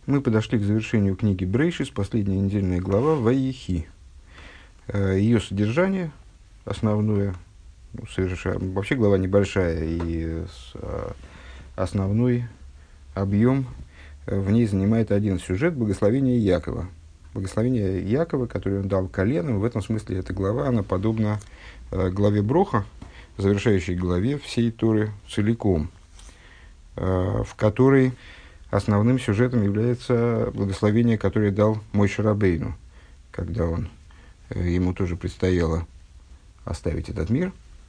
Мы подошли к завершению книги Брейшис, последняя недельная глава Ваихи. Ее содержание основное, вообще глава небольшая, и основной объем в ней занимает один сюжет — благословение Якова. Благословение Якова, которое он дал коленам. В этом смысле эта глава, она подобна главе Броха, завершающей главе всей Торы целиком, в которой основным сюжетом является благословение, которое дал Моше Рабейну, когда ему тоже предстояло оставить этот мир.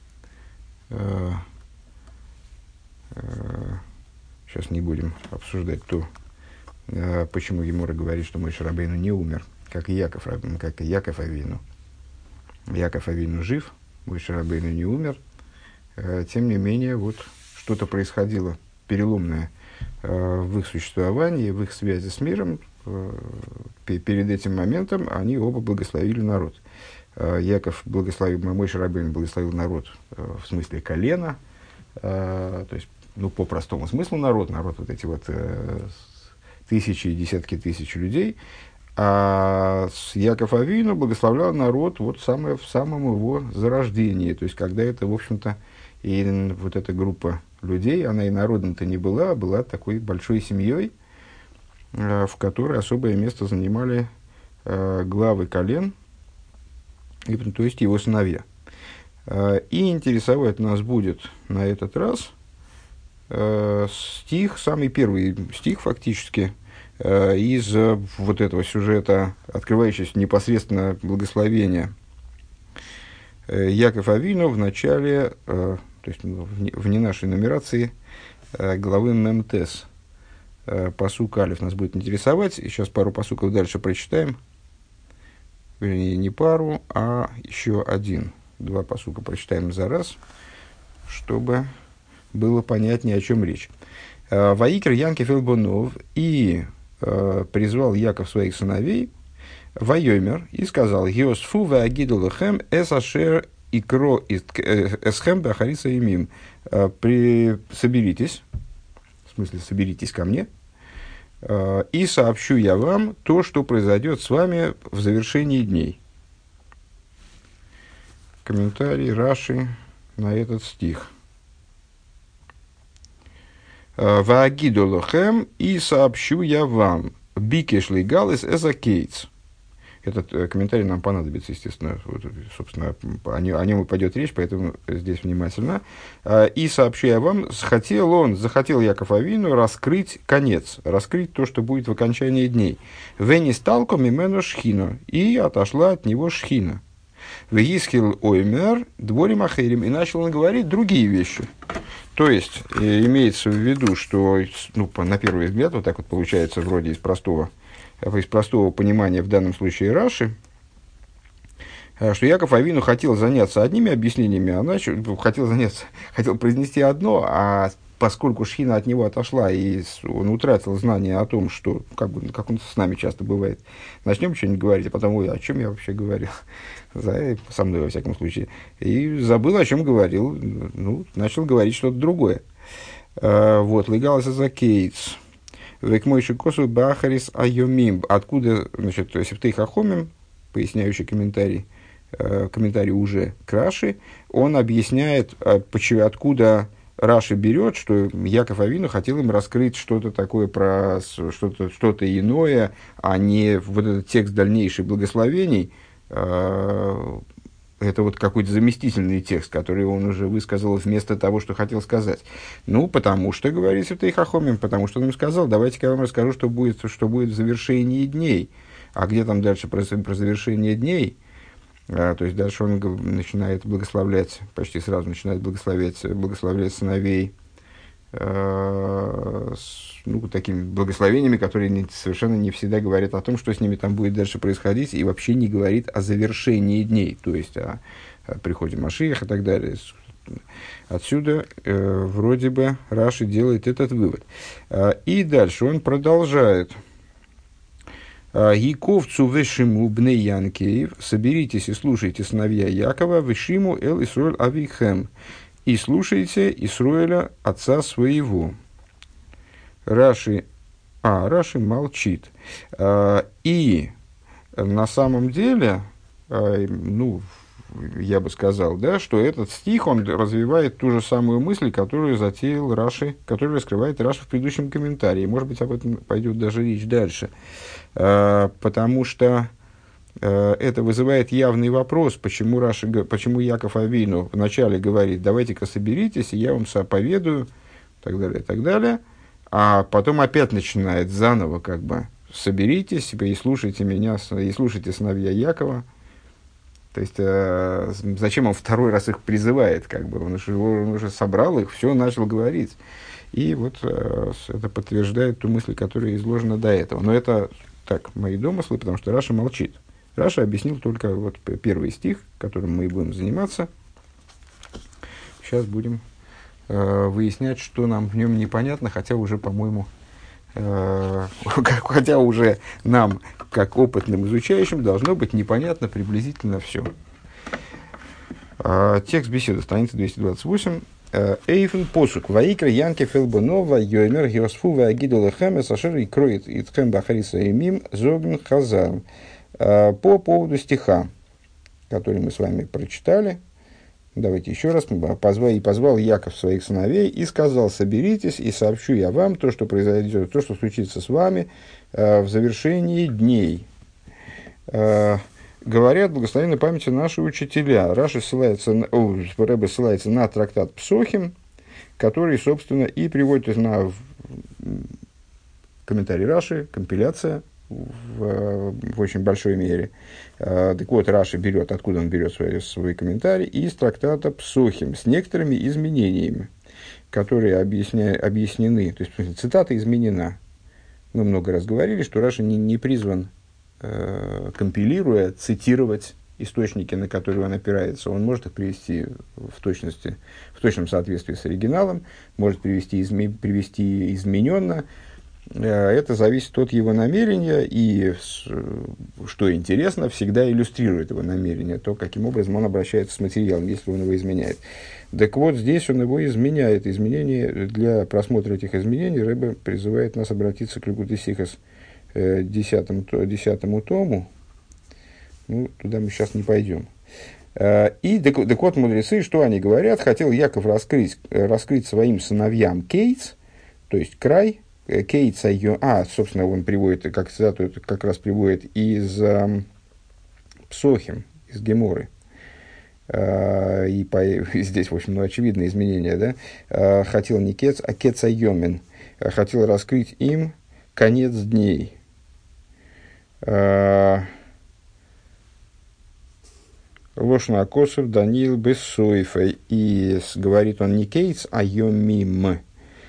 Сейчас не будем обсуждать то, почему Гемора говорит, что Моше Рабейну не умер, как и Яков Авину. Яков Авину жив, Моше Рабейну не умер. Тем не менее, вот что-то происходило переломное в их существовании, в их связи с миром. Перед этим моментом они оба благословили народ. Яков благословил, Моше Рабейну благословил народ в смысле колена, то есть, по простому смыслу народ вот эти вот тысячи и десятки тысяч людей, а Яков Авину благословлял народ в самом его зарождении, то есть, когда это, в общем-то, и вот эта группа людей, она и народом-то не была такой большой семьей, в которой особое место занимали главы колен, то есть его сыновья. И интересовать нас будет на этот раз стих, самый первый стих фактически, из вот этого сюжета, открывающийся непосредственно благословения Яков Авину в начале, то есть вне нашей нумерации, главы Мемтес. Пасук Алеф нас будет интересовать. И сейчас пару пасуков дальше прочитаем. Вернее, не пару, а еще один. 2 пасука прочитаем за раз, чтобы было понятнее, о чем речь. Ваикр Янкев Элбонов, и призвал Яков своих сыновей, Вайомер, и сказал: Йосфу ваагидулахем эсашер икро эсхем бахариса имим. Соберитесь, в смысле, соберитесь ко мне, и сообщу я вам то, что произойдет с вами в завершении дней. Комментарий Раши на этот стих. Ваагидолохем, и сообщу я вам. Бикеш лигалис эзакейтс. Этот комментарий нам понадобится, естественно. Вот, собственно, о нем и пойдет речь, поэтому здесь внимательно. И сообщу я вам, захотел Яков Авину раскрыть конец, раскрыть то, что будет в окончании дней. Венис талко мимену шхина, и отошла от него шхина. Вегисхил оймер дворим ахерим, и начал он говорить другие вещи. То есть, имеется в виду, что, на первый взгляд, вот так вот получается, вроде из простого понимания, в данном случае Раши, что Яков Авину хотел заняться одними объяснениями, хотел произнести одно, а поскольку шхина от него отошла, и он утратил знание о том, что, как он с нами часто бывает, начнем что-нибудь говорить, а потом: ой, о чем я вообще говорил? Со мной, во всяком случае. И забыл, о чем говорил, начал говорить что-то другое. Вот, легалась за Кейтс. Векмойши косу бахарис айомим. Откуда, Сефтей Хахомим, поясняющий комментарий уже к Раши, он объясняет, откуда Раши берет, что Яков Авину хотел им раскрыть что-то такое про что-то иное, а не вот этот текст дальнейших благословений. Это вот какой-то заместительный текст, который он уже высказал вместо того, что хотел сказать. Потому что, говорит Сефтей Хахомим, потому что он им сказал: давайте-ка я вам расскажу, что будет в завершении дней. А где там дальше про завершение дней? То есть дальше он начинает благословлять, почти сразу начинает благословлять сыновей такими благословениями, которые совершенно не всегда говорят о том, что с ними там будет дальше происходить, и вообще не говорит о завершении дней, то есть о приходе Машиаха и так далее. Отсюда вроде бы Раши делает этот вывод. И дальше он продолжает. Яковцу вешиму бне Янкеев, соберитесь и слушайте, сыновья Якова, вешиму эл Исруэль авихем, и слушайте Исруэля, отца своего. Раши Раши молчит. И на самом деле, ну, я бы сказал, да, что этот стих, он развивает ту же самую мысль, которую затеял Раши, которую раскрывает Раши в предыдущем комментарии. Может быть, об этом пойдет даже речь дальше. Потому что это вызывает явный вопрос, почему Яков Авину вначале говорит: давайте-ка соберитесь, и я вам поведаю, и так далее, а потом опять начинает заново, как бы: соберитесь и слушайте меня, и слушайте сыновья Якова. То есть, зачем он второй раз их призывает, как бы, он уже собрал их, все начал говорить. И вот это подтверждает ту мысль, которая изложена до этого. Но это так, мои домыслы, потому что Раша молчит. Раша объяснил только вот первый стих, которым мы и будем заниматься. Сейчас будем выяснять, что нам в нем непонятно, хотя уже, по-моему, хотя уже нам, как опытным изучающим, должно быть непонятно приблизительно все. Текст беседы, страница 228. Эйфен посук. Ваикра Янке Фелбонова, Йоймер Геосфу, Вагиду Лехеме, Сашер и Кроит, Итхем Бахариса и Мим, Зогн Хазар. По поводу стиха, который мы с вами прочитали, давайте еще раз. Позвал Яков своих сыновей и сказал: соберитесь, и сообщу я вам то, что произойдет, то, что случится с вами в завершении дней. Говорят благословенной памяти наши учителя. Раши Рэбе ссылается на трактат Псохим, который, собственно, и приводит на комментарий Раши, компиляция в очень большой мере. Так вот, Раши берет, откуда он берет свой комментарий, из трактата Псохим, с некоторыми изменениями, которые объяснены, то есть цитата изменена. Мы много раз говорили, что Раши не призван, компилируя, цитировать источники, на которые он опирается. Он может их привести в точном соответствии с оригиналом, может привести измененно. Это зависит от его намерения, и, что интересно, всегда иллюстрирует его намерение, то, каким образом он обращается с материалом, если он его изменяет. Так вот, здесь он его изменяет. Для просмотра этих изменений Рэбе призывает нас обратиться к Ликутей Сихос, 10 тому. Ну, туда мы сейчас не пойдем. И так вот, мудрецы, что они говорят? Хотел Яков раскрыть своим сыновьям Кейц, то есть край, Кейца, собственно, он приводит, как цитату, как раз приводит из Псохим, из Геморы. Здесь, в общем, очевидное изменение, да? Хотел не Кец, а Кеца Йомин. Хотел раскрыть им конец дней. Лошна Акосов Даниил Бессуйфой. И говорит он не Кейц, а Йомим.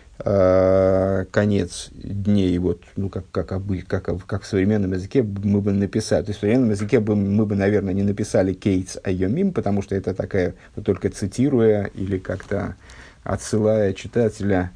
Конец дней, вот, ну, как в современном языке мы бы написали. То есть в современном языке мы бы, наверное, не написали Кейц, а Йомим, потому что это такая, вот, только цитируя или как-то отсылая читателя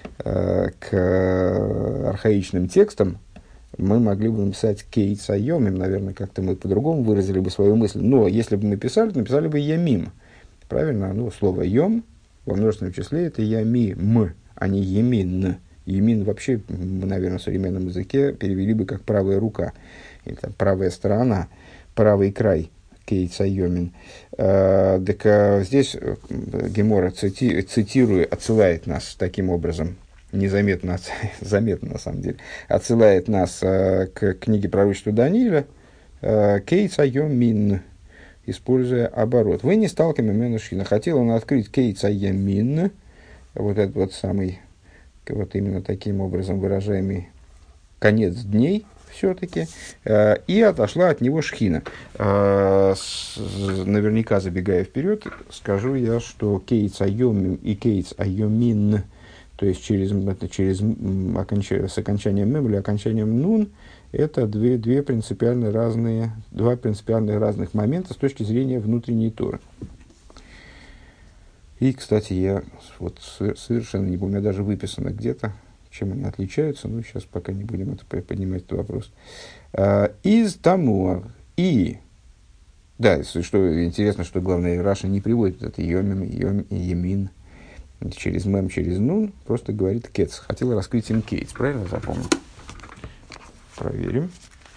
к архаичным текстам, мы могли бы написать Кейц Айомим, наверное, как-то мы по-другому выразили бы свою мысль. Но если бы мы написали бы Ямим. Правильно? Ну, слово Йом во множественном числе это Ямим, а не Емин. Емин вообще, наверное, в современном языке перевели бы как правая рука, или там правая сторона, правый край. Кейц Айомин. Здесь Гемора, цитируя, отсылает нас таким образом, незаметно, заметно на самом деле, отсылает нас к книге пророчества Даниила, Кейц Айомин, используя оборот. Вы не сталкиваем именно Шхина. Хотел он открыть Кейц Айомин, вот этот вот самый, вот именно таким образом выражаемый конец дней, все-таки, и отошла от него Шхина. Наверняка, забегая вперед, скажу я, что Кейц Айомин и Кейц Айомин, то есть с окончанием мем или окончанием нун, это два принципиально разных момента с точки зрения внутренней Торы. И, кстати, я вот совершенно не помню, у меня даже выписано где-то, чем они отличаются, но сейчас пока не будем поднимать этот вопрос. Из Тамуар. И, да, что интересно, что главное, Раша не приводит это Емин через мем, через нун, просто говорит Кец. Хотел раскрыть им Кейц, правильно запомнил? Проверим.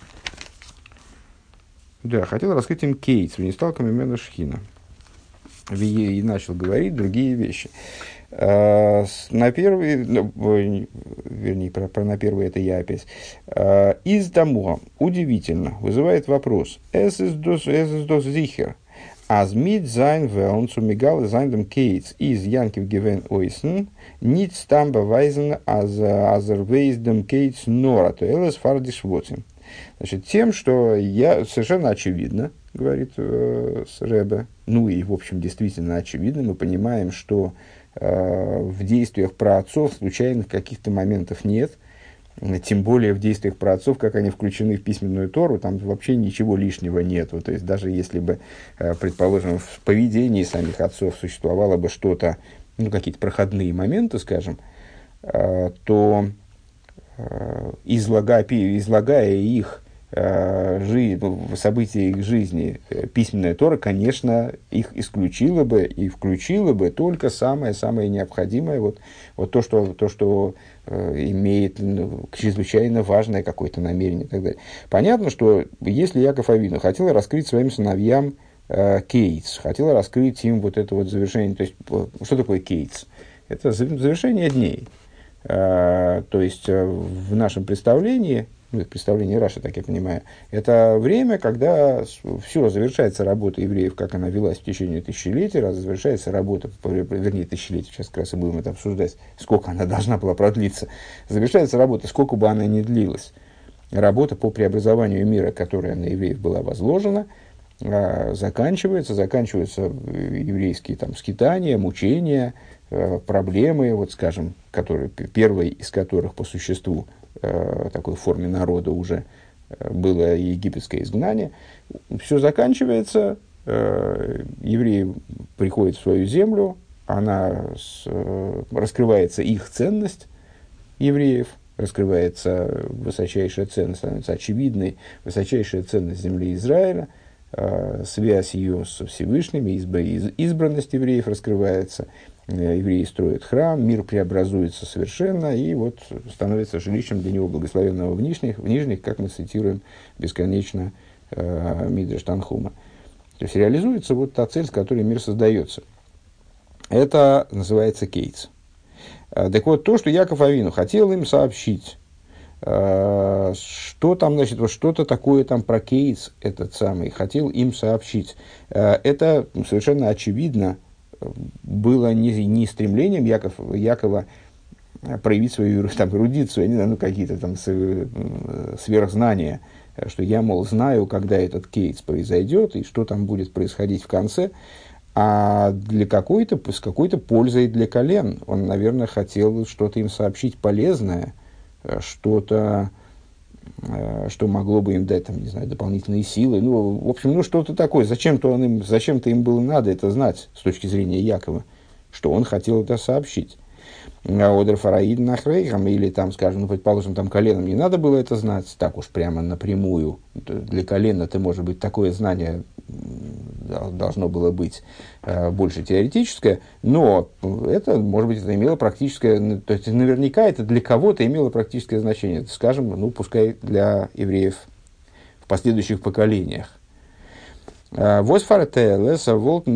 Да, хотел раскрыть им Кейтс, не стал Камимена Шхина. И начал говорить другие вещи. На первый, вернее, на первый это я опять. Из тому удивительно вызывает вопрос. Es ist das sicher. Als mit sein Wellen zu Migale seinem Кейтс из Янкив Гевен Ойсен nicht stam beweisen als weiß dem Кейтс Нора, то Элес Фардиш Вотим. Значит, тем, что совершенно очевидно, говорит Ребе, ну и, в общем, действительно очевидно, мы понимаем, что в действиях праотцов случайных каких-то моментов нет, тем более в действиях праотцов, как они включены в письменную Тору, там вообще ничего лишнего нету. То есть, даже если бы, предположим, в поведении самих отцов существовало бы что-то, ну, какие-то проходные моменты, скажем, то, излагая их события их жизни, письменная Тора, конечно, их исключила бы и включила бы только самое-самое необходимое, вот то, что имеет чрезвычайно важное какое-то намерение и так далее. Понятно, что если Яков Авину хотел раскрыть своим сыновьям Кейтс, хотел раскрыть им вот это вот завершение, то есть, что такое Кейтс? Это завершение дней. То есть, в нашем представлении, ну, представление Раши, так я понимаю, это время, когда все, завершается работа евреев, как она велась в течение тысячелетий, завершается работа, вернее, тысячелетий, сейчас как раз и будем это обсуждать, сколько она должна была продлиться, завершается работа, сколько бы она ни длилась, работа по преобразованию мира, которая на евреев была возложена, заканчиваются еврейские там скитания, мучения, проблемы, вот скажем, первой из которых по существу такой форме народа уже было египетское изгнание. Все заканчивается, евреи приходят в свою землю, раскрывается их ценность евреев, раскрывается высочайшая ценность, становится очевидной высочайшая ценность земли Израиля, связь ее со Всевышним, избранность евреев раскрывается, евреи строят храм, мир преобразуется совершенно, и вот становится жилищем для него благословенного в нижних, как мы цитируем бесконечно Мидраш Танхума. То есть реализуется вот та цель, с которой мир создается. Это называется Кейтс. Так вот, то, что Яков Авину хотел им сообщить, что там, значит, вот что-то такое там про Кейтс, этот самый, хотел им сообщить. Это совершенно очевидно было не стремлением Якова проявить свою там, эрудицию, я не знаю, ну, какие-то там сверхзнания, что я, мол, знаю, когда этот Кейтс произойдет и что там будет происходить в конце, а с какой-то пользой для колен. Он, наверное, хотел что-то им сообщить полезное, что-то, что могло бы им дать, там, не знаю, дополнительные силы. Ну, в общем, ну, что-то такое. Зачем-то им было надо это знать с точки зрения Якова, что он хотел это сообщить. Одер фараид нахрейхам, или там, скажем, ну, предположим, там коленам не надо было это знать, так уж прямо напрямую. Для колена это, может быть, такое знание должно было быть больше теоретическое, но это, может быть, это имело практическое, то есть наверняка это для кого-то имело практическое значение, скажем, ну, пускай для евреев в последующих поколениях. Если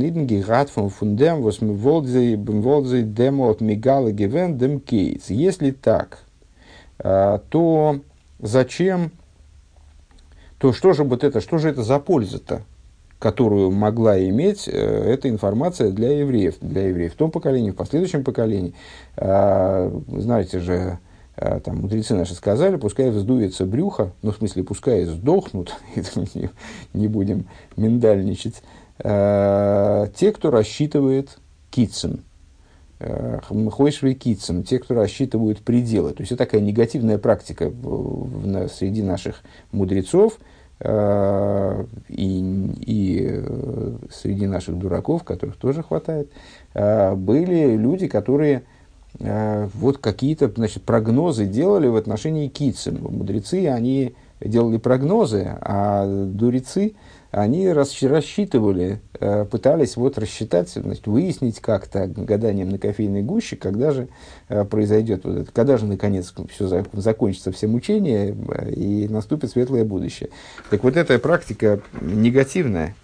так, то зачем, то что же это за польза-то, которую могла иметь эта информация для евреев в том поколении, в последующем поколении. Знаете же, там мудрецы наши сказали, пускай вздуется брюхо, ну, в смысле, пускай сдохнут, не будем миндальничать, те, кто рассчитывает кицем, хойшвей кицем, те, кто рассчитывают пределы. То есть, это такая негативная практика среди наших мудрецов, и среди наших дураков, которых тоже хватает, были люди, которые вот какие-то, значит, прогнозы делали в отношении кицем. Мудрецы, они делали прогнозы, а дурецы, они рассчитывали, пытались вот рассчитать, значит, выяснить как-то гаданием на кофейной гуще, когда же произойдет вот это, когда же наконец все закончится, все мучения и наступит светлое будущее. Так вот эта практика негативная,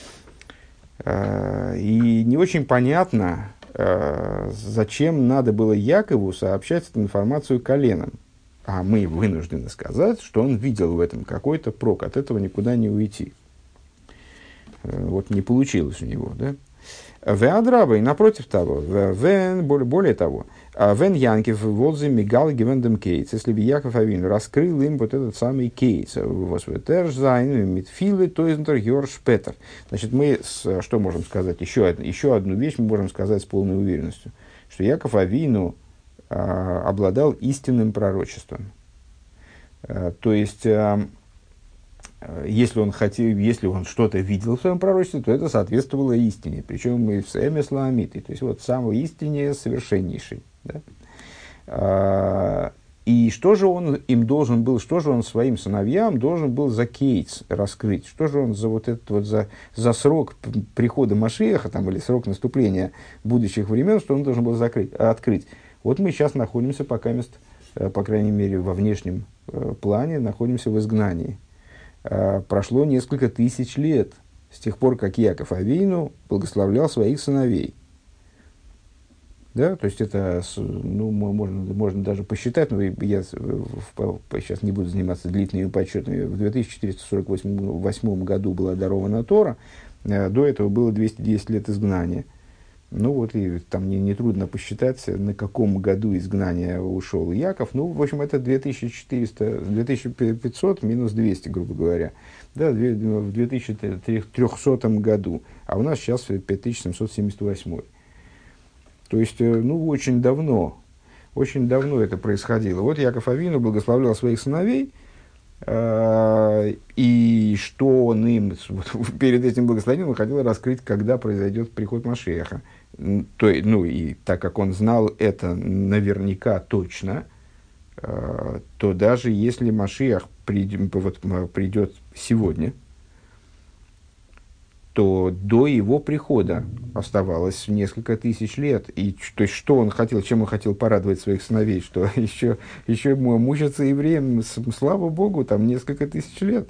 и не очень понятно, зачем надо было Якову сообщать эту информацию коленам. А мы вынуждены сказать, что он видел в этом какой-то прок, от этого никуда не уйти. Вот не получилось у него, да? Веадраба, и напротив того, более того, Вен Янкев волзе мигал гивендем кейтс, если бы Яков Авину раскрыл им вот этот самый кейтс, восветерзайн, митфилы, то есть Йорш Петер. Значит, мы что можем сказать? Еще одну вещь мы можем сказать с полной уверенностью, что Яков Авину обладал истинным пророчеством. То есть, если он что-то видел в своем пророчестве, то это соответствовало истине. Причем и в Эмес Ламиты, то есть вот самой истине совершеннейшей. Да? И что же он им должен был, что же он своим сыновьям должен был за кейтс раскрыть? Что же он за вот этот вот за срок прихода Машиаха там, или срок наступления будущих времен, что он должен был открыть? Вот мы сейчас находимся пока по крайней мере во внешнем плане, находимся в изгнании. Прошло несколько тысяч лет с тех пор, как Яков Авину благословлял своих сыновей. Да, то есть это, ну, можно даже посчитать, но я сейчас не буду заниматься длительными подсчетами. В 2448 году была дарована Тора, до этого было 210 лет изгнания. Ну вот, и там нетрудно посчитать, на каком году изгнания ушел Яков. Ну, в общем, это 2500 минус 200, грубо говоря. Да, в 2300 году. А у нас сейчас 5778. То есть, ну, очень давно это происходило. Вот Яков Авину благословлял своих сыновей, и что он им перед этим благословением хотел раскрыть, когда произойдет приход Машиаха. И так как он знал это наверняка точно, то даже если Машиах придет сегодня, то до его прихода оставалось несколько тысяч лет. И то есть, что он хотел, чем он хотел порадовать своих сыновей, что еще мучиться евреям, слава Богу, там несколько тысяч лет.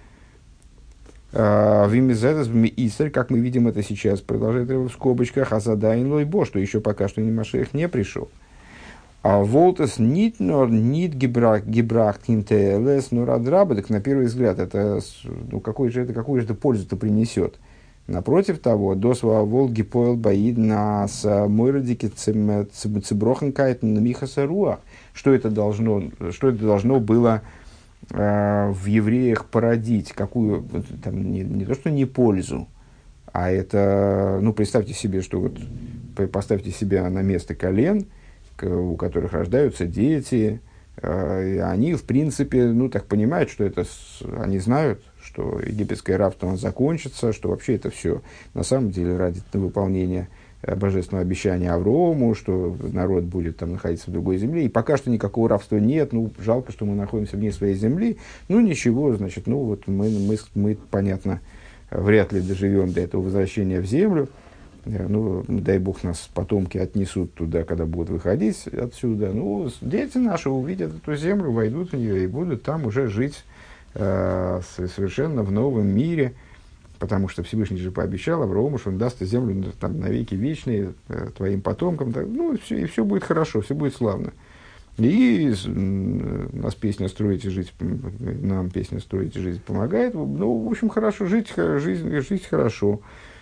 Как мы видим это сейчас, продолжает в скобочках, Азадайн Лойбо, что еще пока что Машиах не пришел. А Волтес нит гебрахт хинтелес нурадрабы, так на первый взгляд, это, какую же это пользу-то принесет? Напротив того, досва волги поел боид на мойродике циброхенкайт на михаса руах. Что это должно было в евреях породить? Какую, там, не то что не пользу, а это, представьте себе, что вот поставьте себя на место колен, у которых рождаются дети, они, в принципе, так понимают, что это, они знают, что египетское рабство закончится, что вообще это все на самом деле ради выполнения божественного обещания Аврому, что народ будет там находиться в другой земле, и пока что никакого рабства нет, жалко, что мы находимся вне своей земли, ничего, значит, мы, понятно, вряд ли доживем до этого возвращения в землю. Дай Бог нас потомки отнесут туда, когда будут выходить отсюда. Дети наши увидят эту землю, войдут в нее и будут там уже жить совершенно в новом мире, потому что Всевышний же пообещал Аврааму, что он даст землю там, навеки вечные твоим потомкам. И все будет хорошо, все будет славно. И нас песня «Строить и жить», нам песня «Строить и жить» помогает. В общем, хорошо жить хорошо.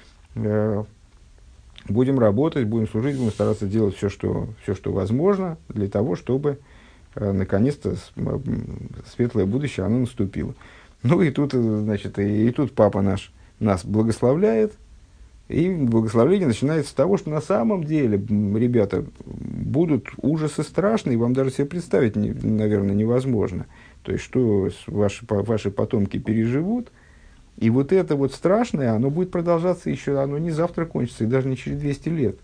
Будем работать, будем служить, будем стараться делать все, что возможно, для того, чтобы наконец-то светлое будущее оно наступило. И тут, значит, и тут папа нас благословляет, и благословление начинается с того, что на самом деле, ребята, будут ужасы страшные, вам даже себе представить, наверное, невозможно. То есть, что ваши потомки переживут. И вот это вот страшное, оно будет продолжаться еще, оно не завтра кончится, и даже не через 200 лет.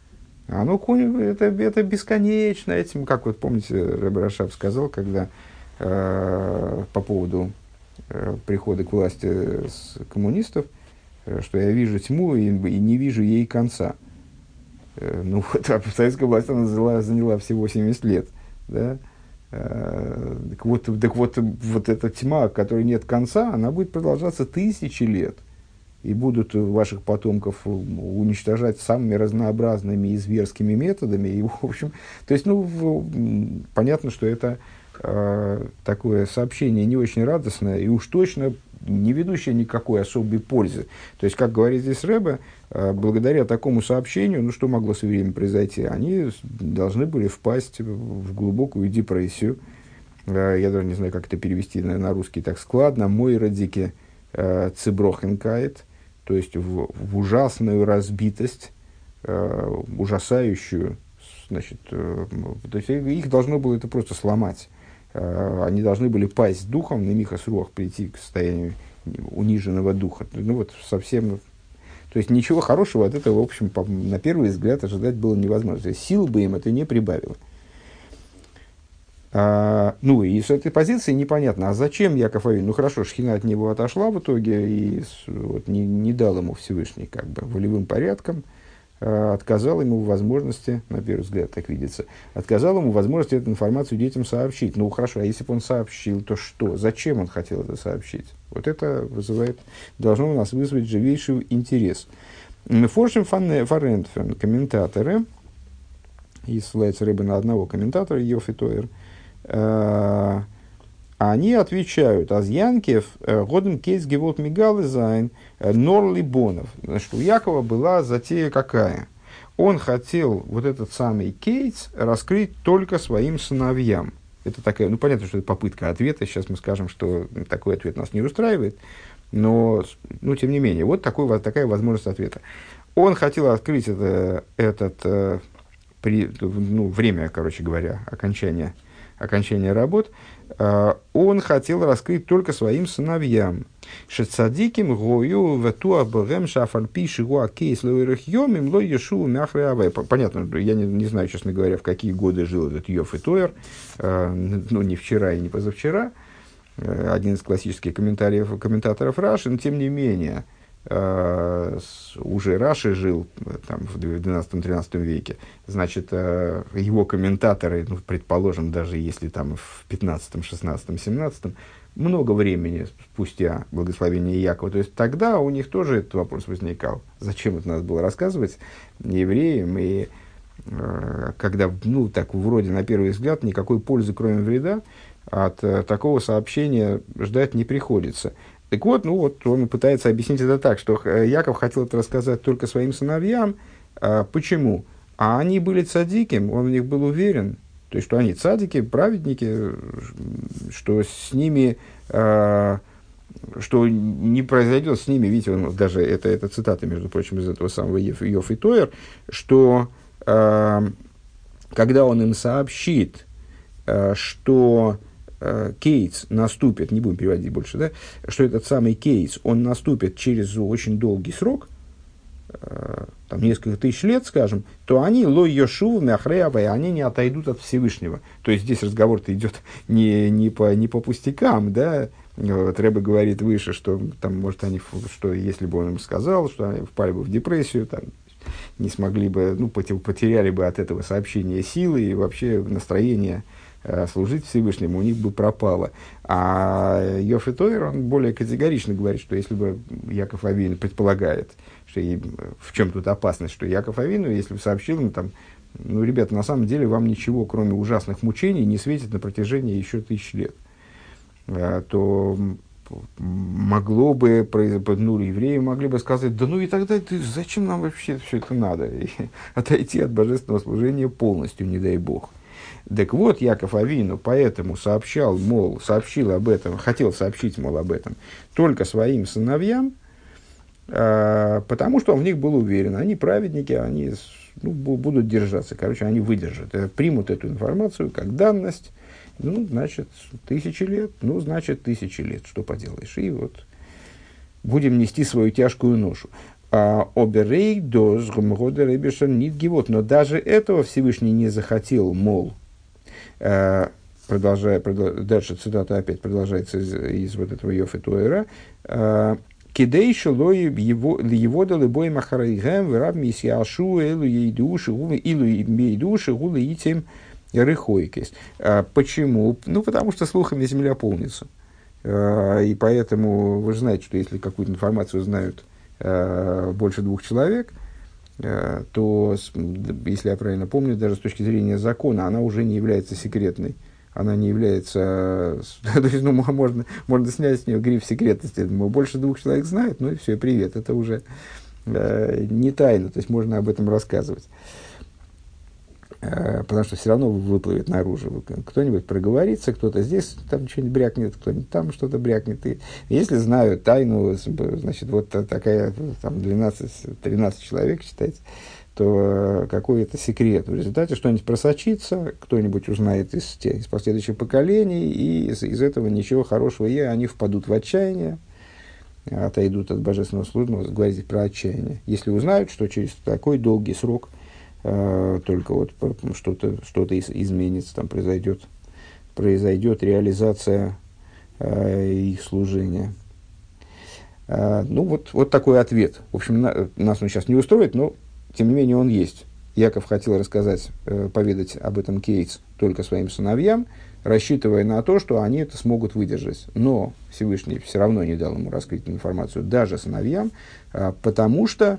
Это бесконечно. Этим, как вот помните, Ребе Рашаб сказал, когда по поводу прихода к власти коммунистов, что я вижу тьму и не вижу ей конца. Ну вот, а советская власть она заняла всего 70 лет. Да? Так вот, вот эта тьма, которой нет конца, она будет продолжаться тысячи лет. И будут ваших потомков уничтожать самыми разнообразными и зверскими методами. И, в общем, то есть, понятно, что это такое сообщение не очень радостное и уж точно не ведущее никакой особой пользы. То есть, как говорит здесь Ребе, благодаря такому сообщению, что могло со временем произойти? Они должны были впасть в глубокую депрессию. Я даже не знаю, как это перевести на русский так складно. Мой радике циброхенкайт, то есть в ужасную разбитость, ужасающую, значит, то есть их должно было это просто сломать. Они должны были пасть духом, на михас руах прийти к состоянию униженного духа. Совсем... То есть, ничего хорошего от этого, в общем, на первый взгляд ожидать было невозможно. То есть, сил бы им это не прибавило. И с этой позиции непонятно, а зачем Яков Авину? Хорошо, Шхина от него отошла в итоге и не дал ему Всевышний волевым порядком, отказал ему в возможности, на первый взгляд так видится, отказал ему возможности эту информацию детям сообщить. Ну хорошо, а если бы он сообщил, то что? Зачем он хотел это сообщить? Вот это должно у нас вызвать живейший интерес. Мы форшим фарентфен комментаторы, и ссылается Ребе на одного комментатора, Йофи Тойер, они отвечают: «Аз Янкев годом кейс гевот мигалы зайн норли бонов». Значит, у Якова была затея какая? Он хотел вот этот самый кейс раскрыть только своим сыновьям. Это такая, понятно, что это попытка ответа. Сейчас мы скажем, что такой ответ нас не устраивает. Но тем не менее, вот такая возможность ответа. Он хотел открыть время, короче говоря, окончания работ, он хотел раскрыть только своим сыновьям. Шецадиким гою ветуа богем шафальпи шигуа кейс лоирых йомим ло ешу мяхре аве. Понятно, я не знаю, честно говоря, в какие годы жил этот Йоф и Тойер, не вчера и не позавчера, один из классических комментаторов Раши, но тем не менее, уже Раши жил в 12-13 веке, значит, его комментаторы, предположим, даже если в 15, 16, 17, много времени спустя благословение Якова, то есть тогда у них тоже этот вопрос возникал. Зачем это надо было рассказывать евреям, и когда, вроде на первый взгляд, никакой пользы, кроме вреда, от такого сообщения ждать не приходится. Так вот, он пытается объяснить это так, что Яков хотел это рассказать только своим сыновьям. Почему? А они были цадиким, он в них был уверен, то есть, что они цадики, праведники, что с ними, что не произойдет с ними, видите, даже это цитата, между прочим, из этого самого Йоф и Тойер, что когда он им сообщит, что кейс наступит, не будем переводить больше, да, что этот самый кейс, он наступит через очень долгий срок, несколько тысяч лет, скажем, то они ло йошуву мяхреавай, они не отойдут от Всевышнего. То есть здесь разговор-то идет не по пустякам, да. Ребе говорит выше, что может что если бы он им сказал, что они впали бы в депрессию, не смогли бы, потеряли бы от этого сообщения силы и вообще настроение служить Всевышнему у них бы пропало. А Йофи Тойер, он более категорично говорит, что если бы Яков Авину предполагает, что в чем тут опасность, что Яков Авину, если бы сообщил им, ребята, на самом деле вам ничего, кроме ужасных мучений, не светит на протяжении еще 1000 лет, то могло бы, евреи могли бы сказать: да и тогда зачем нам вообще все это надо? И отойти от божественного служения полностью, не дай Бог. Так вот, Яков Авину поэтому хотел сообщить, об этом только своим сыновьям, потому что он в них был уверен. Они праведники, они будут держаться. Они выдержат, примут эту информацию как данность. Значит, 1000 лет, значит, 1000 лет, что поделаешь. И вот будем нести свою тяжкую ношу. Оберей доз гмгода ребешен нит гивот. Но даже этого Всевышний не захотел, мол, дальше цитата опять продолжается из вот этого Йофи Тойра. Кидейшу лой его дали бой махарайгэм выраб мисьяшу элу ейдуши гулы илу ейдуши гулы итим рыхойкис. Почему? Ну, потому что слухами земля полнится. И поэтому вы же знаете, что если какую-то информацию знают больше 2 человек, то, если я правильно помню, даже с точки зрения закона, она уже не является секретной. Она не является... То есть, ну, можно снять с нее гриф секретности. Больше 2 человек знают, ну и все, привет. Это уже не тайна, то есть можно об этом рассказывать. Потому что все равно выплывет наружу. Кто-нибудь проговорится, кто-то здесь там что-нибудь брякнет, кто-нибудь там что-то брякнет. И если знают тайну, значит, вот такая, там, 12-13 человек, считайте, то какой это секрет. В результате что-нибудь просочится, кто-нибудь узнает из последующих поколений, и из этого ничего хорошего, и они впадут в отчаяние, отойдут от божественного служения. Говорить про отчаяние. Если узнают, что через такой долгий срок только вот что-то изменится, там произойдет реализация их служения. Ну, вот такой ответ. В общем, нас он сейчас не устроит, но тем не менее он есть. Яков хотел рассказать, поведать об этом Кейтс только своим сыновьям, рассчитывая на то, что они это смогут выдержать. Но Всевышний все равно не дал ему раскрыть информацию даже сыновьям, потому что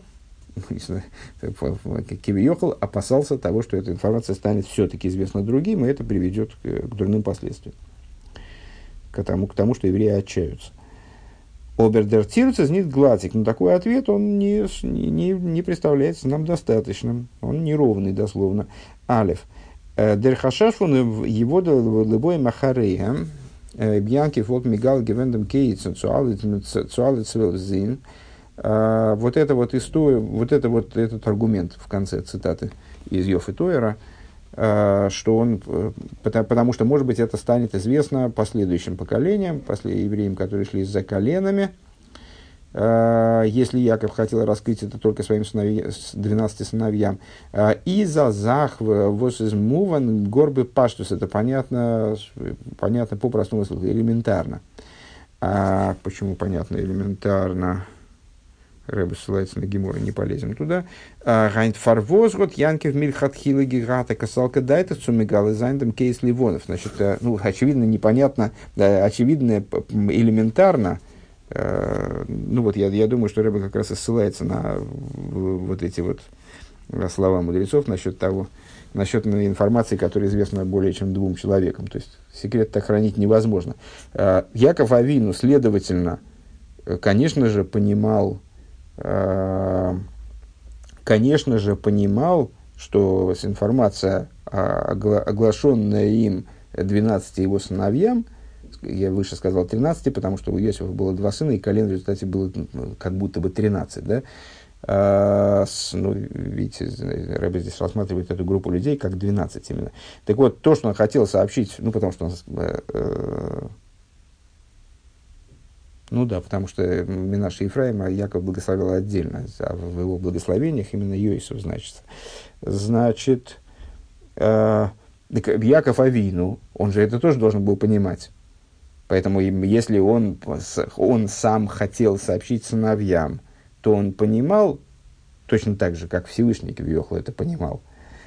Кивиохал опасался того, что эта информация станет все-таки известна другим, и это приведет к дурным последствиям, к тому, что евреи отчаются. Обердертирц знит гладик, но такой ответ он не представляется нам достаточным, он неровный дословно. Алеф. Дерхашашфун его любой махарейга бьянки фолк мигал гевендем кейтсен цуалицвелзин. Вот это вот история, этот аргумент в конце цитаты из Йофи Тойера, что он, потому что, может быть, это станет известно последующим поколениям, евреям, которые шли за коленами. Если Яков хотел раскрыть это только своим 12 сыновьям. И за захв возизмуван горбы паштус. Это понятно по простому смыслу, элементарно. Почему понятно элементарно? Рэбе ссылается на Гемора, не полезем туда. Гайнт фарвозгот Янкев мильхатхила гигата касалка дайта цумигалы зайндем кейс ливонов. Значит, ну, очевидно, непонятно, очевидно, элементарно. Ну вот, я думаю, что Рэбе как раз и ссылается на вот эти вот слова мудрецов насчет информации, которая известна более чем 2 человекам. То есть, секрет-то хранить невозможно. Яков Авину, следовательно, конечно же, понимал, что информация, оглашенная им 12 его сыновьям, я выше сказал 13, потому что у Иосифа было 2 сына, и колен в результате было как будто бы 13. Да? Ну, видите, Рэбе здесь рассматривает эту группу людей как 12 именно. Так вот, то, что он хотел сообщить, ну, потому что потому что Менаше и Ефраима Яков благословил отдельно, а в его благословениях именно Йосиф значится. Значит, Яков Авину, он же это тоже должен был понимать. Поэтому, если он сам хотел сообщить сыновьям, то он понимал, точно так же, как Всевышний Кивиохал это понимал,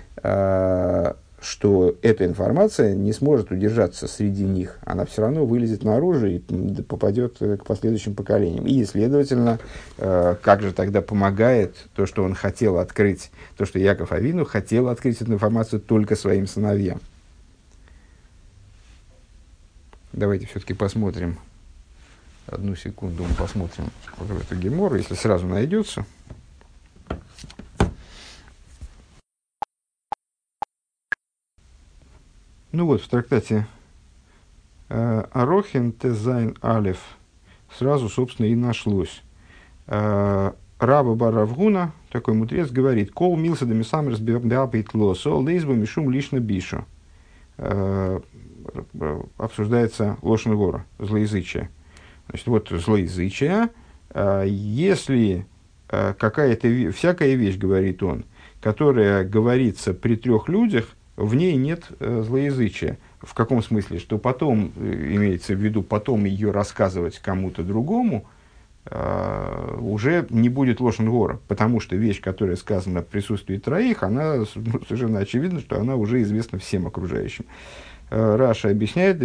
что эта информация не сможет удержаться среди них. Она все равно вылезет наружу и попадет к последующим поколениям. И, следовательно, как же тогда помогает то, что он хотел открыть, то, что Яков Авину хотел открыть эту информацию только своим сыновьям. Давайте все-таки посмотрим. Одну секунду мы посмотрим в эту гемору, если сразу найдется. Ну вот, в трактате Арохин Тезайн Алеф сразу, собственно, и нашлось. Раба бар Равгуна, такой мудрец, говорит: «Кол милса да мисамерс беапит лосо, лейзбу мишум лишно бишу». Обсуждается лошен вора, злоязычие. Значит, вот злоязычие, если всякая вещь, говорит он, которая говорится при 3 людях, в ней нет злоязычия. В каком смысле? Что потом, имеется в виду, потом ее рассказывать кому-то другому, уже не будет лошен гора, потому что вещь, которая сказана в присутствии троих, она совершенно очевидно, что она уже известна всем окружающим. Раша объясняет,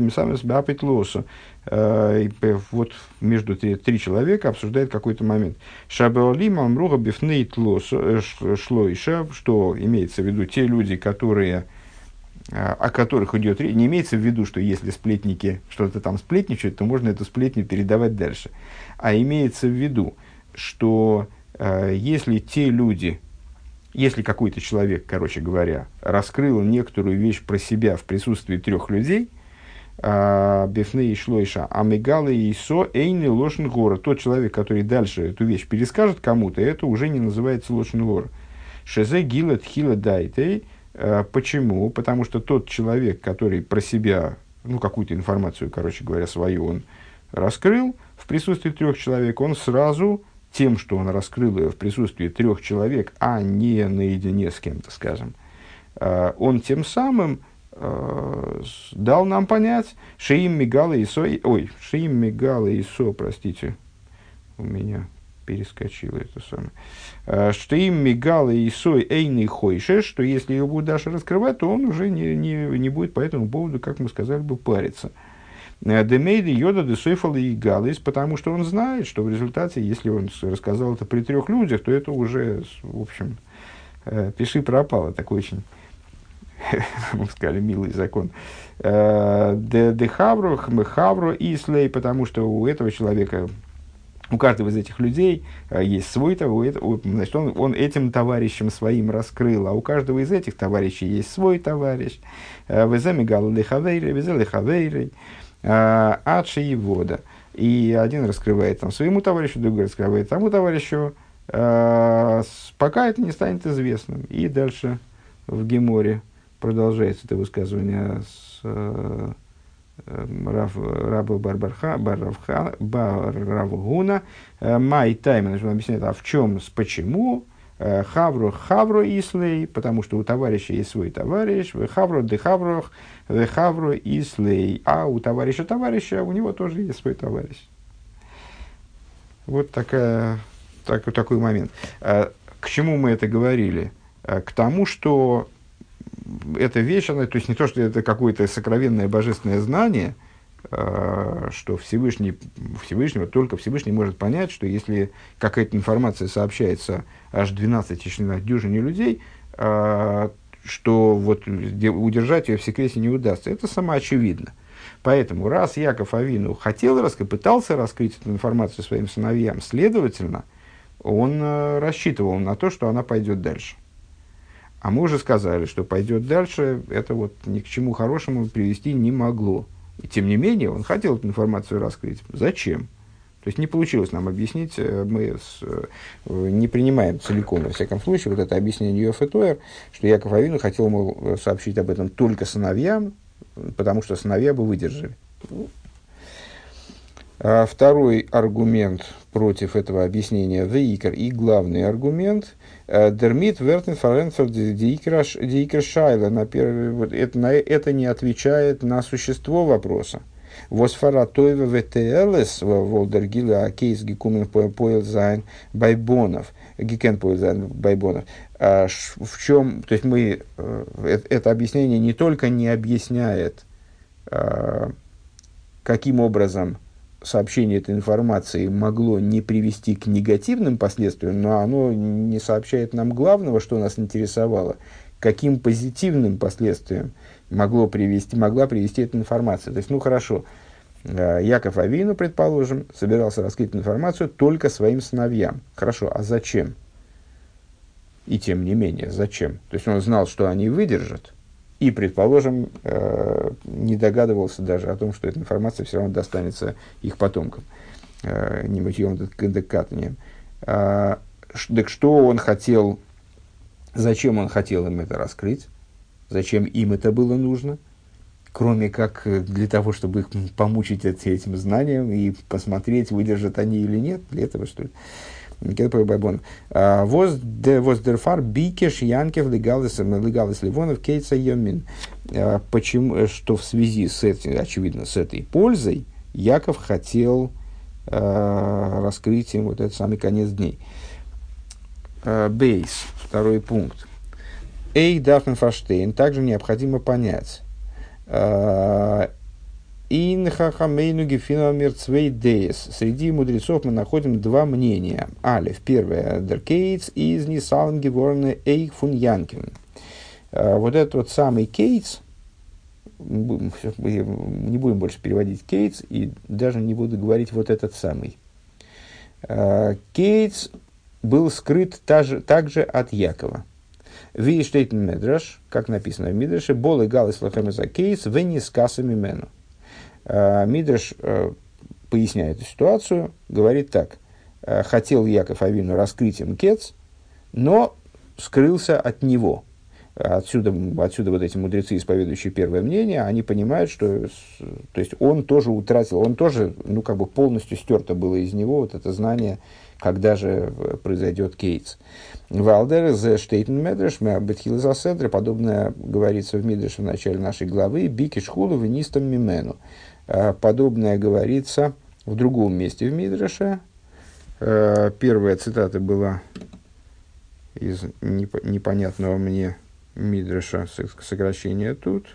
вот между три человека обсуждает какой-то момент. Шабеолим амруга бифнейт шлойша, что имеется в виду те люди, которые, о которых идет речь, не имеется в виду, что если сплетники что-то там сплетничают, то можно эту сплетню передавать дальше. А имеется в виду, что если те люди, если какой-то человек, короче говоря, раскрыл некоторую вещь про себя в присутствии трех людей, бифней и шлойша, амигалы и со эйни лошен гора, тот человек, который дальше эту вещь перескажет кому-то, это уже не называется лошен гора. Шезе гилет хила дайтей. Почему? Потому что тот человек, который про себя, ну, какую-то информацию, короче говоря, свою он раскрыл в присутствии трех человек, он сразу тем, что он раскрыл ее в присутствии трех человек, а не наедине с кем-то, скажем, он тем самым дал нам понять, Шеим Мигала и Со, простите, у меня перескочило это самое, Шеим Мигала и Сой Эйный Хойше, что если ее будет дальше раскрывать, то он уже не будет по этому поводу, как мы сказали бы, париться. Демейды йода десойфала и галис, потому что он знает, что в результате, если он рассказал это при трех людях, то это уже, в общем, пиши пропало, такой очень, мы сказали, милый закон. Дехавро, хмехавро и слей, потому что у этого человека, у каждого из этих людей есть свой товарищ, значит, он этим товарищем своим раскрыл, а у каждого из этих товарищей есть свой товарищ. Везе мигал лехавейрей, везе лехавейрей. Адши и вода. И один раскрывает там своему товарищу, другой раскрывает тому товарищу, пока это не станет известным. И дальше в Геморе продолжается это высказывание с Раба Барравгуна. Май тайм, он объясняет, а в чем, почему? Хавро ислей, потому что у товарища есть свой товарищ, хавро де хаврох, хавро ислей, а у товарища у него тоже есть свой товарищ. Вот такой момент. К чему мы это говорили? К тому, что эта вещь, она, то есть не то, что это какое-то сокровенное божественное знание, что только Всевышний может понять, что если какая-то информация сообщается аж 12 членов дюжине людей, что вот удержать ее в секрете не удастся. Это самоочевидно. Поэтому, раз Яков Авину пытался раскрыть эту информацию своим сыновьям, следовательно, он рассчитывал на то, что она пойдет дальше. А мы уже сказали, что пойдет дальше, это вот ни к чему хорошему привести не могло. И тем не менее, он хотел эту информацию раскрыть. Зачем? То есть, не получилось нам объяснить, мы не принимаем целиком, во всяком случае, вот это объяснение Йофе Тоэр, что Яков Авину хотел ему сообщить об этом только сыновьям, потому что сыновья бы выдержали. Второй аргумент против этого объяснения «Веикер» и главный аргумент «Дермит вертен фаренфер диикер шайла». Это не отвечает на существо вопроса. «Восфара тойва ветелес волдергила кейс гекумен поэльзайн байбонов». Гикен поэльзайн байбонов. В чем, то есть это объяснение не только не объясняет, каким образом сообщение этой информации могло не привести к негативным последствиям, но оно не сообщает нам главного, что нас интересовало, каким позитивным последствиям могла привести эта информация. То есть, хорошо, Яков Авину, предположим, собирался раскрыть информацию только своим сыновьям. Хорошо, а зачем? И тем не менее, зачем? То есть, он знал, что они выдержат, и, предположим, не догадывался даже о том, что эта информация все равно достанется их потомкам, не мытьем, да катанием. Так что он хотел, зачем он хотел им это раскрыть, зачем им это было нужно, кроме как для того, чтобы их помучить этим знанием и посмотреть, выдержат они или нет, для этого, что ли. Воздерфар бикеш янкев легалис ливонов кейтса йомин. Почему, что в связи с этим, очевидно, с этой пользой, Яков хотел раскрыть им вот этот самый конец дней. Бейс, второй пункт. Эй, Дафнен Фаштейн, также необходимо понять. Ин хахамейну гефина мирцвей дейс. Среди мудрецов мы находим два мнения. Алиф, первое, дер Кейтс из нисалм геворны эйх фун янкин. Вот этот вот самый Кейтс, не будем больше переводить Кейтс, и даже не буду говорить вот этот самый. Кейтс был скрыт также от Якова. Виштейтен медраш, как написано в Мидраше, болы галыс лахемеза Кейтс вени скасами мену. Мидраш, поясняя эту ситуацию, говорит так. Хотел Яков Авину раскрыть им Кейтс, но скрылся от него. Отсюда вот эти мудрецы, исповедующие первое мнение, они понимают, что то есть он тоже утратил, он тоже полностью стерто было из него вот это знание, когда же произойдет Кейтс. Валдер зе штейтен медреш бетхил за седре, подобное говорится в Мидреше в начале нашей главы, бикиш хулу венистам мимену. Подобное говорится в другом месте в Мидреше. Первая цитата была из непонятного мне Мидраша, сокращение тут.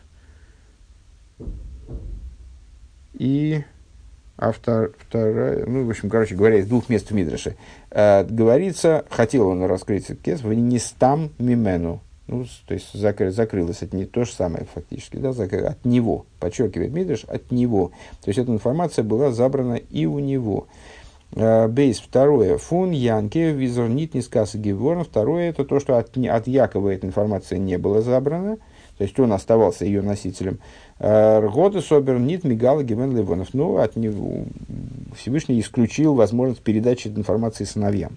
И вторая, в общем, короче говоря, из двух мест в Мидраше. Говорится, хотел он раскрыть Кейтс, в нистам мимену. То есть закрылось от него, то же самое фактически, да, от него, подчеркивает Мидраш, от него. То есть эта информация была забрана и у него. Бейс, второе, фун янке визорнит нискаса геворн. Второе, это то, что от Якова эта информация не была забрана, то есть он оставался ее носителем. Ргода собер нит мигала гивен ливонов, но от него Всевышний исключил возможность передачи этой информации сыновьям.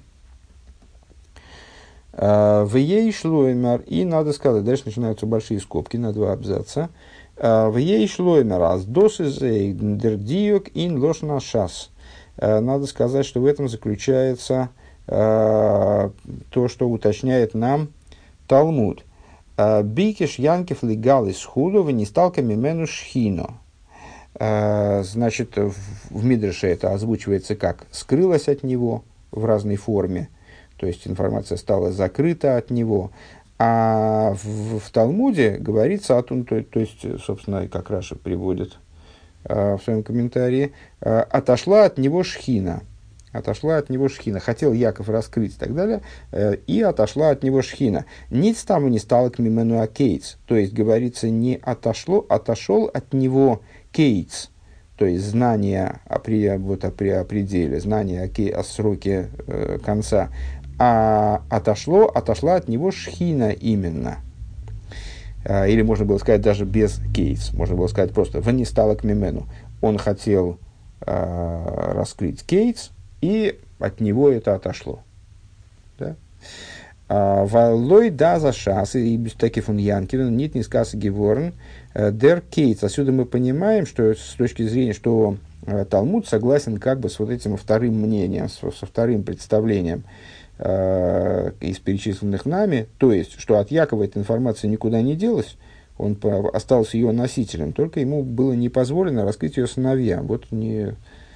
В ей шлоймер, и надо сказать, дальше начинаются большие скобки на два абзаца. В ей шлоймер, аз досы дердиок ин лош на шас. Надо сказать, что в этом заключается то, что уточняет нам Талмуд. Бикиш янкев легалис худу не сталками мену шхино. Значит, в Мидреше это озвучивается как «скрылась от него» в разной форме, то есть информация стала закрыта от него. А в Талмуде говорится о том, то есть, собственно, как Раша приводит в своем комментарии, отошла от него шхина. Отошла от него шхина. Хотел Яков раскрыть и так далее, и отошла от него шхина. Ниц там и не стало к мимену а кейтс. То есть, говорится, не отошел от него кейтс. То есть, знание о пределе, знание о сроке конца. А отошла от него шхина именно. Или можно было сказать даже без кейтс. Можно было сказать просто «вани стало к мимену». Он хотел раскрыть кейтс, и от него это отошло. Да? Валой да за шас, и без таких фун янкин, нит не сказ геворн, дер кейтс. Отсюда мы понимаем, что с точки зрения, что Талмуд согласен как бы с вот этим вторым мнением, со вторым представлением из перечисленных нами, то есть, что от Якова эта информация никуда не делась, он остался ее носителем, только ему было не позволено раскрыть ее сыновьям. Вот не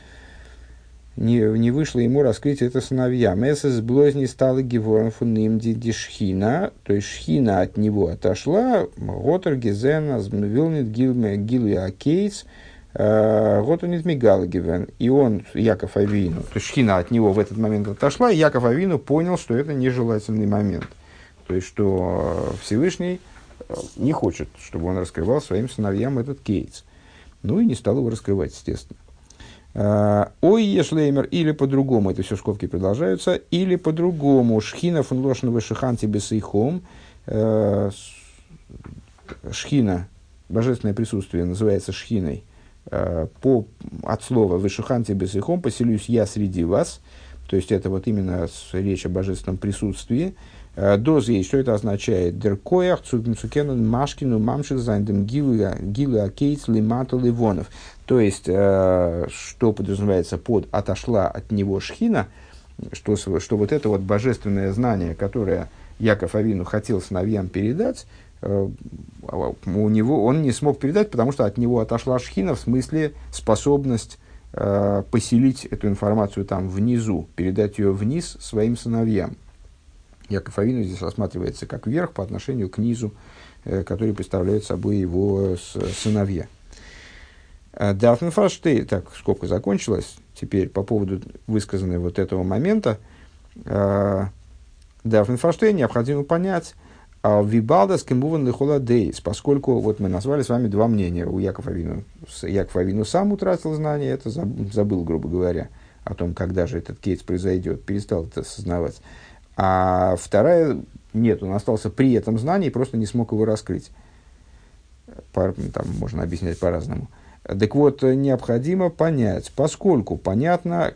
вышло ему раскрыть это сыновьям. Эсэс блозни стала геворн фуним дишхина, то есть шхина от него отошла, готер гизена вилнит гилуя кейтс, готунит мигала гивен. И он, Яков Авину, то есть шхина от него в этот момент отошла, и Яков Авину понял, что это нежелательный момент. То есть, что Всевышний не хочет, чтобы он раскрывал своим сыновьям этот кейтс. Ну и не стал его раскрывать, естественно. Ой, ешлеймер, или по-другому, это все скобки продолжаются, или по-другому, шхина фун лошен вышиханти бесейхом, шхина, божественное присутствие, называется шхиной, от слова вышиханти бесейхом, поселюсь я среди вас, то есть это вот именно речь о божественном присутствии. Доз есть, что это означает? Деркоях цукенен машкину мамших зайндем гилу акейц лимату ливонов. То есть, что подразумевается под «отошла от него шхина», что вот это вот божественное знание, которое Яков Авину хотел сыновьям передать, у него, он не смог передать, потому что от него отошла шхина, в смысле способность поселить эту информацию там внизу, передать ее вниз своим сыновьям. Яков Авину здесь рассматривается как верх по отношению к низу, который представляет собой его сыновья. Дафнфаштей, так, скобка закончилась, теперь по поводу высказанного вот этого момента, Дафнфаштей необходимо понять, Вибалдас кембуван лихоладейс, поскольку вот мы назвали с вами два мнения. У Яков Авину сам утратил знание, это забыл, грубо говоря, о том, когда же этот кейс произойдет, перестал это осознавать. А вторая, нет, он остался при этом знании, просто не смог его раскрыть. Там можно объяснять по-разному. Так вот, необходимо понять, поскольку понятно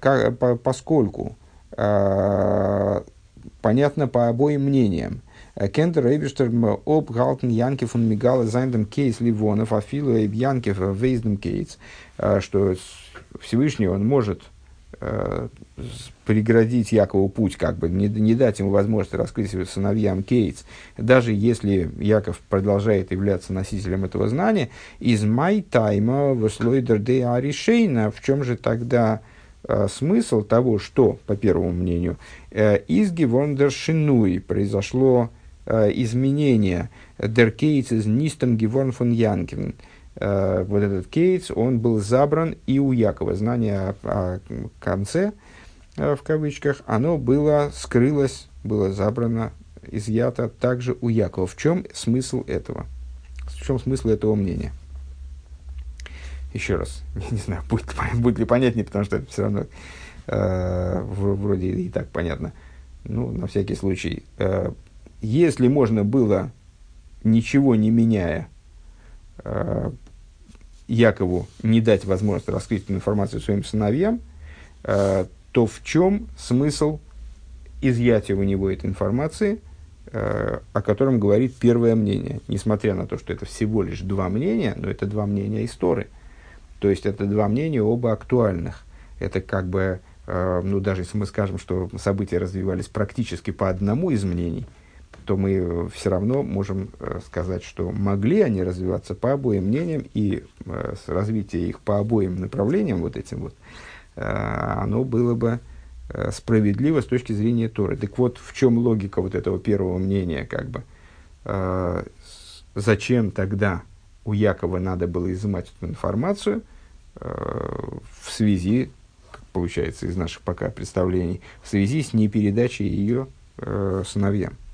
по обоим мнениям, Кентер Эйберштер обгалтен Янкев он Мигала зайндем кейс Ливонов, афилу Эйб Янкев вейздем кейс, что Всевышний он может преградить Якову путь, как бы не дать ему возможности раскрыть его сыновьям Кейтс, даже если Яков продолжает являться носителем этого знания, из май тайма в слойдер де аришейна, в чем же тогда смысл того, что, по первому мнению, из гевондершинуи произошло изменение дер Кейтс из нистом геворн фон Янкин. Вот этот Кейтс, он был забран и у Якова. Знание о конце, в кавычках, оно скрылось, было забрано, изъято также у Якова. В чем смысл этого? В чем смысл этого мнения? Еще раз, я не знаю, будет ли понятнее, потому что это все равно вроде и так понятно. Ну, на всякий случай. Если можно было, ничего не меняя, Якову не дать возможность раскрыть эту информацию своим сыновьям, то в чем смысл изъятия у него этой информации, о котором говорит первое мнение? Несмотря на то, что это всего лишь два мнения, но это два мнения из Торы. То есть, это два мнения оба актуальных. Это как бы, даже если мы скажем, что события развивались практически по одному из мнений, то мы все равно можем сказать, что могли они развиваться по обоим мнениям, и развитие их по обоим направлениям, вот этим вот, оно было бы справедливо с точки зрения Торы. Так вот, в чем логика вот этого первого мнения, как бы, зачем тогда у Якова надо было изымать эту информацию в связи, как получается из наших пока представлений, в связи с непередачей ее сыновьям?